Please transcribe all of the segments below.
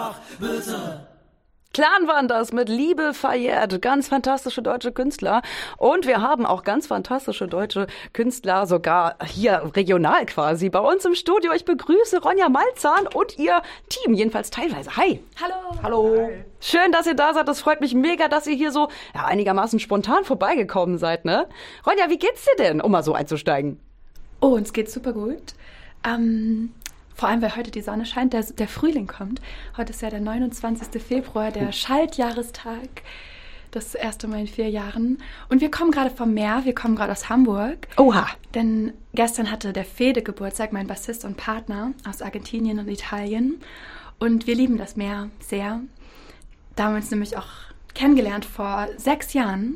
Clan waren das mit Liebe verjährt. Ganz fantastische deutsche Künstler. Und wir haben auch ganz fantastische deutsche Künstler, sogar hier regional quasi, bei uns im Studio. Ich begrüße Ronja Malzahn und ihr Team, jedenfalls teilweise. Hi. Hallo. Hallo. Hi. Schön, dass ihr da seid. Das freut mich mega, dass ihr hier so einigermaßen spontan vorbeigekommen seid, ne? Ronja, wie geht's dir denn, um mal so einzusteigen? Oh, uns geht's super gut. Vor allem, weil heute die Sonne scheint, der Frühling kommt. Heute ist ja der 29. Februar, der Schaltjahrestag. Das erste Mal in 4 Jahren. Und wir kommen gerade vom Meer, wir kommen gerade aus Hamburg. Oha. Denn gestern hatte der Fede Geburtstag, mein Bassist und Partner aus Argentinien und Italien. Und wir lieben das Meer sehr. Da haben wir uns nämlich auch kennengelernt vor 6 Jahren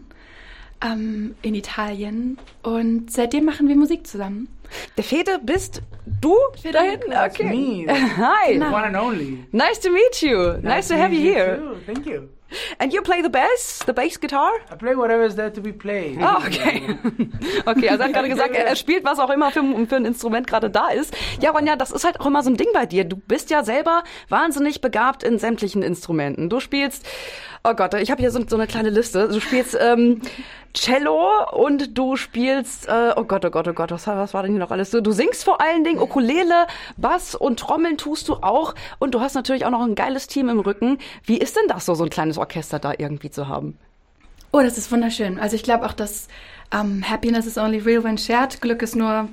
in Italien. Und seitdem machen wir Musik zusammen. Der Fede bist du da hinten? Okay. Hi. Genau. One and only. Nice to meet you. Nice to have you here. Too. Thank you. And you play the bass guitar? I play whatever is there to be played. Ah, okay. Okay, also er hat gerade gesagt, er spielt, was auch immer für ein Instrument gerade da ist. Ja, Ronja, das ist halt auch immer so ein Ding bei dir. Du bist ja selber wahnsinnig begabt in sämtlichen Instrumenten. Du spielst, oh Gott, ich habe hier so eine kleine Liste. Du spielst Cello und du spielst, oh Gott, was war denn hier noch alles? Du singst vor allen Dingen Ukulele, Bass und Trommeln tust du auch. Und du hast natürlich auch noch ein geiles Team im Rücken. Wie ist denn das so ein kleines Orchester da irgendwie zu haben? Oh, das ist wunderschön. Also ich glaube auch, dass Happiness is only real when shared. Glück ist nur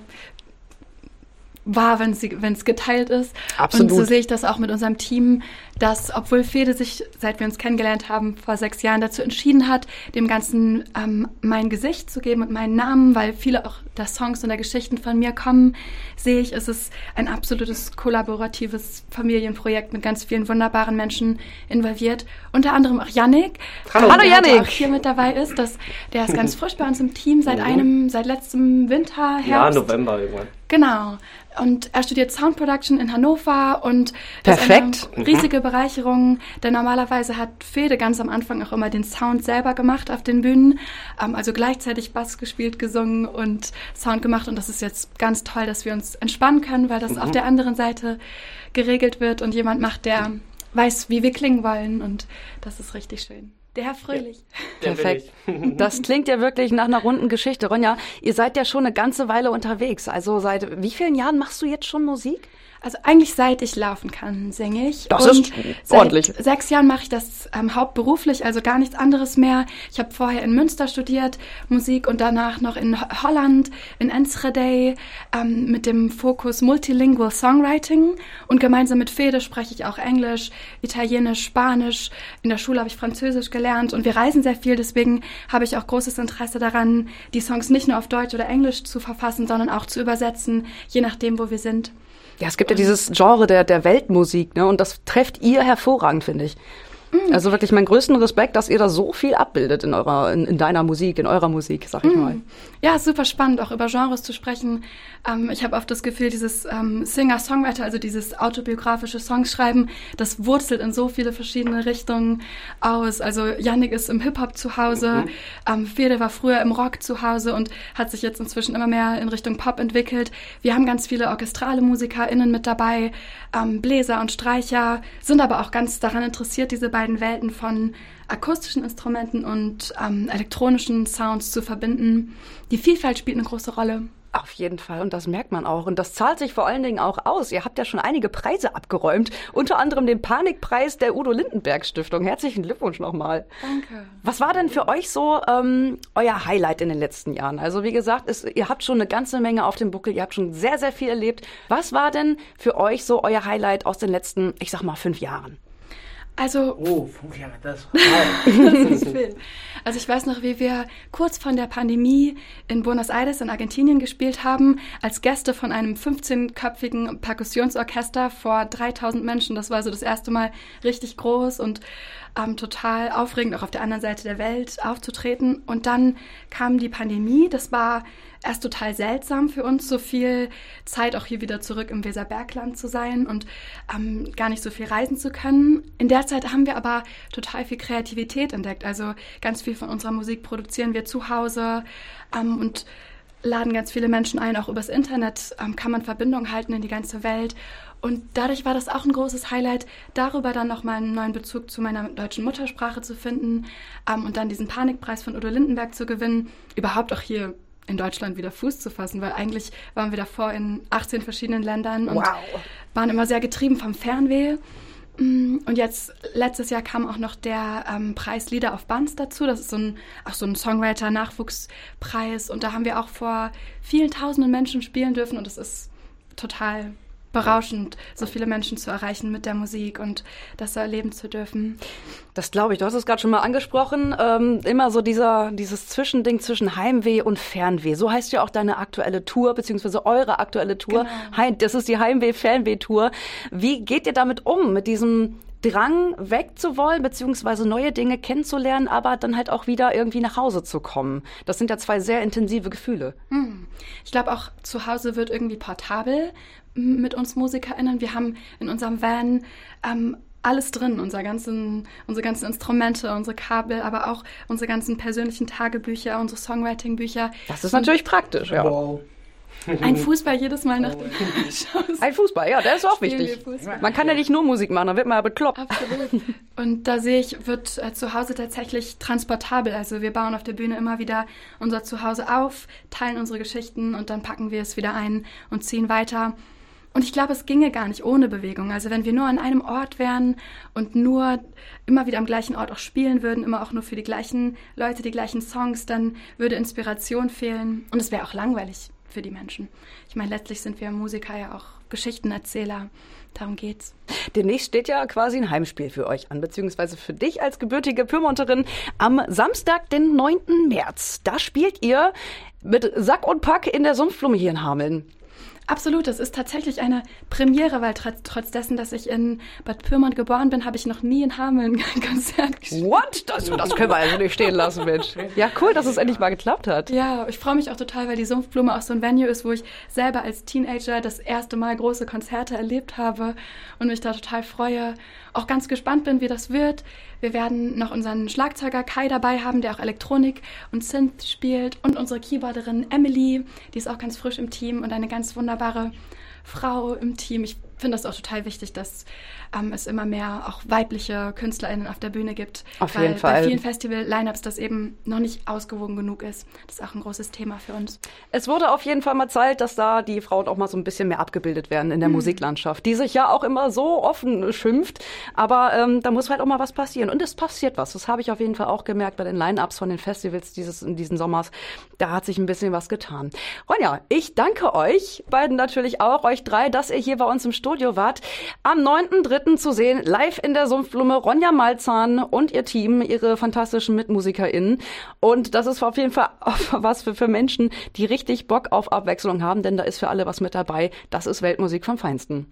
wahr, wenn es geteilt ist. Absolut. Und so sehe ich das auch mit unserem Team, dass, obwohl Fede sich, seit wir uns kennengelernt haben, vor 6 Jahren dazu entschieden hat, dem Ganzen mein Gesicht zu geben und meinen Namen, weil viele auch der Songs und der Geschichten von mir kommen, sehe ich, es ist ein absolutes kollaboratives Familienprojekt mit ganz vielen wunderbaren Menschen involviert. Unter anderem auch Yannick. Hallo Yannick. Der auch hier mit dabei ist. Der ist ganz frisch bei uns im Team seit letztem Winter, Herbst. Ja, November irgendwann. Genau. Und er studiert Sound Production in Hannover und perfekt. Das ist eine riesige Bereicherung, denn normalerweise hat Fede ganz am Anfang auch immer den Sound selber gemacht auf den Bühnen, also gleichzeitig Bass gespielt, gesungen und Sound gemacht und das ist jetzt ganz toll, dass wir uns entspannen können, weil das auf der anderen Seite geregelt wird und jemand macht, der weiß, wie wir klingen wollen und das ist richtig schön. Der Herr Fröhlich. Ja, perfekt. Das klingt ja wirklich nach einer runden Geschichte. Ronja, ihr seid ja schon eine ganze Weile unterwegs. Also seit wie vielen Jahren machst du jetzt schon Musik? Also eigentlich seit ich laufen kann, singe ich. Das ist ordentlich. Seit 6 Jahren mache ich das hauptberuflich, also gar nichts anderes mehr. Ich habe vorher in Münster studiert, Musik und danach noch in Holland, in Enschede, mit dem Fokus Multilingual Songwriting. Und gemeinsam mit Fede spreche ich auch Englisch, Italienisch, Spanisch. In der Schule habe ich Französisch gelernt und wir reisen sehr viel. Deswegen habe ich auch großes Interesse daran, die Songs nicht nur auf Deutsch oder Englisch zu verfassen, sondern auch zu übersetzen, je nachdem, wo wir sind. Ja, es gibt ja dieses Genre der Weltmusik, ne? Und das trefft ihr hervorragend, finde ich. Also wirklich meinen größten Respekt, dass ihr da so viel abbildet in deiner Musik, in eurer Musik, sag ich mal. Ja, super spannend, auch über Genres zu sprechen. Ich habe oft das Gefühl, dieses Singer-Songwriter, also dieses autobiografische Songschreiben, das wurzelt in so viele verschiedene Richtungen aus. Also Yannick ist im Hip-Hop zu Hause, Fede war früher im Rock zu Hause und hat sich jetzt inzwischen immer mehr in Richtung Pop entwickelt. Wir haben ganz viele orchestrale MusikerInnen mit dabei, Bläser und Streicher, sind aber auch ganz daran interessiert, diese beiden Welten von akustischen Instrumenten und elektronischen Sounds zu verbinden. Die Vielfalt spielt eine große Rolle. Auf jeden Fall. Und das merkt man auch. Und das zahlt sich vor allen Dingen auch aus. Ihr habt ja schon einige Preise abgeräumt. Unter anderem den Panikpreis der Udo Lindenberg Stiftung. Herzlichen Glückwunsch nochmal. Danke. Was war denn für euch so euer Highlight in den letzten Jahren? Also wie gesagt, ihr habt schon eine ganze Menge auf dem Buckel. Ihr habt schon sehr, sehr viel erlebt. Was war denn für euch so euer Highlight aus den letzten, ich sag mal, 5 Jahren? Also, 5 Jahre, das ist viel. Also ich weiß noch, wie wir kurz vor der Pandemie in Buenos Aires in Argentinien gespielt haben, als Gäste von einem 15-köpfigen Perkussionsorchester vor 3000 Menschen. Das war so das erste Mal richtig groß und total aufregend, auch auf der anderen Seite der Welt aufzutreten. Und dann kam die Pandemie. Das war erst total seltsam für uns, so viel Zeit auch hier wieder zurück im Weserbergland zu sein und gar nicht so viel reisen zu können. In der Zeit haben wir aber total viel Kreativität entdeckt. Also ganz viel von unserer Musik produzieren wir zu Hause und laden ganz viele Menschen ein. Auch übers Internet kann man Verbindungen halten in die ganze Welt. Und dadurch war das auch ein großes Highlight, darüber dann nochmal einen neuen Bezug zu meiner deutschen Muttersprache zu finden und dann diesen Panikpreis von Udo Lindenberg zu gewinnen, überhaupt auch hier in Deutschland wieder Fuß zu fassen, weil eigentlich waren wir davor in 18 verschiedenen Ländern und waren immer sehr getrieben vom Fernweh. Und jetzt, letztes Jahr kam auch noch der Preis Lieder auf Bands dazu. Das ist auch so ein Songwriter-Nachwuchspreis. Und da haben wir auch vor vielen tausenden Menschen spielen dürfen. Und es ist total berauschend, so viele Menschen zu erreichen mit der Musik und das so erleben zu dürfen. Das glaube ich. Du hast es gerade schon mal angesprochen. Immer so dieses Zwischending zwischen Heimweh und Fernweh. So heißt ja auch deine aktuelle Tour, beziehungsweise eure aktuelle Tour. Genau. Das ist die Heimweh-Fernweh-Tour. Wie geht ihr damit um, mit diesem Drang wegzuwollen, beziehungsweise neue Dinge kennenzulernen, aber dann halt auch wieder irgendwie nach Hause zu kommen? Das sind ja zwei sehr intensive Gefühle. Ich glaube auch, zu Hause wird irgendwie portabel mit uns MusikerInnen. Wir haben in unserem Van alles drin, unsere ganzen Instrumente, unsere Kabel, aber auch unsere ganzen persönlichen Tagebücher, unsere Songwriting-Bücher. Das ist natürlich praktisch, ja. Wow. Ein Fußball jedes Mal nach dem Schaus. Ein Fußball, ja, der ist auch wichtig. Man kann ja nicht nur Musik machen, dann wird man ja bekloppt. Absolut. Und da sehe ich, wird zu Hause tatsächlich transportabel. Also wir bauen auf der Bühne immer wieder unser Zuhause auf, teilen unsere Geschichten und dann packen wir es wieder ein und ziehen weiter. Und ich glaube, es ginge gar nicht ohne Bewegung. Also wenn wir nur an einem Ort wären und nur immer wieder am gleichen Ort auch spielen würden, immer auch nur für die gleichen Leute, die gleichen Songs, dann würde Inspiration fehlen. Und es wäre auch langweilig für die Menschen. Ich meine, letztlich sind wir Musiker ja auch Geschichtenerzähler. Darum geht's. Demnächst steht ja quasi ein Heimspiel für euch an, beziehungsweise für dich als gebürtige Pyrmonterin am Samstag, den 9. März. Da spielt ihr mit Sack und Pack in der Sumpfblume hier in Hameln. Absolut, das ist tatsächlich eine Premiere, weil trotz dessen, dass ich in Bad Pyrmont geboren bin, habe ich noch nie in Hameln ein Konzert gespielt. What? Das können wir also nicht stehen lassen, Mensch. Ja, cool, dass es endlich mal geklappt hat. Ja, ich freue mich auch total, weil die Sumpfblume auch so ein Venue ist, wo ich selber als Teenager das erste Mal große Konzerte erlebt habe und mich da total freue. Auch ganz gespannt bin, wie das wird. Wir werden noch unseren Schlagzeuger Kai dabei haben, der auch Elektronik und Synth spielt, und unsere Keyboarderin Emily, die ist auch ganz frisch im Team und eine ganz wunderbare Frau im Team. Ich finde das auch total wichtig, dass es immer mehr auch weibliche KünstlerInnen auf der Bühne gibt. Auf jeden Fall. Bei vielen Festival-Lineups das eben noch nicht ausgewogen genug ist. Das ist auch ein großes Thema für uns. Es wurde auf jeden Fall mal Zeit, dass da die Frauen auch mal so ein bisschen mehr abgebildet werden in der Musiklandschaft, die sich ja auch immer so offen schimpft. Aber da muss halt auch mal was passieren. Und es passiert was. Das habe ich auf jeden Fall auch gemerkt bei den Line-Ups von den Festivals diesen Sommers. Da hat sich ein bisschen was getan. Ronja, ich danke euch beiden natürlich auch, euch drei, dass ihr hier bei uns im Studio wart. Am 9.3. zu sehen, live in der Sumpfblume, Ronja Malzahn und ihr Team, ihre fantastischen MitmusikerInnen. Und das ist auf jeden Fall auch was für Menschen, die richtig Bock auf Abwechslung haben, denn da ist für alle was mit dabei. Das ist Weltmusik vom Feinsten.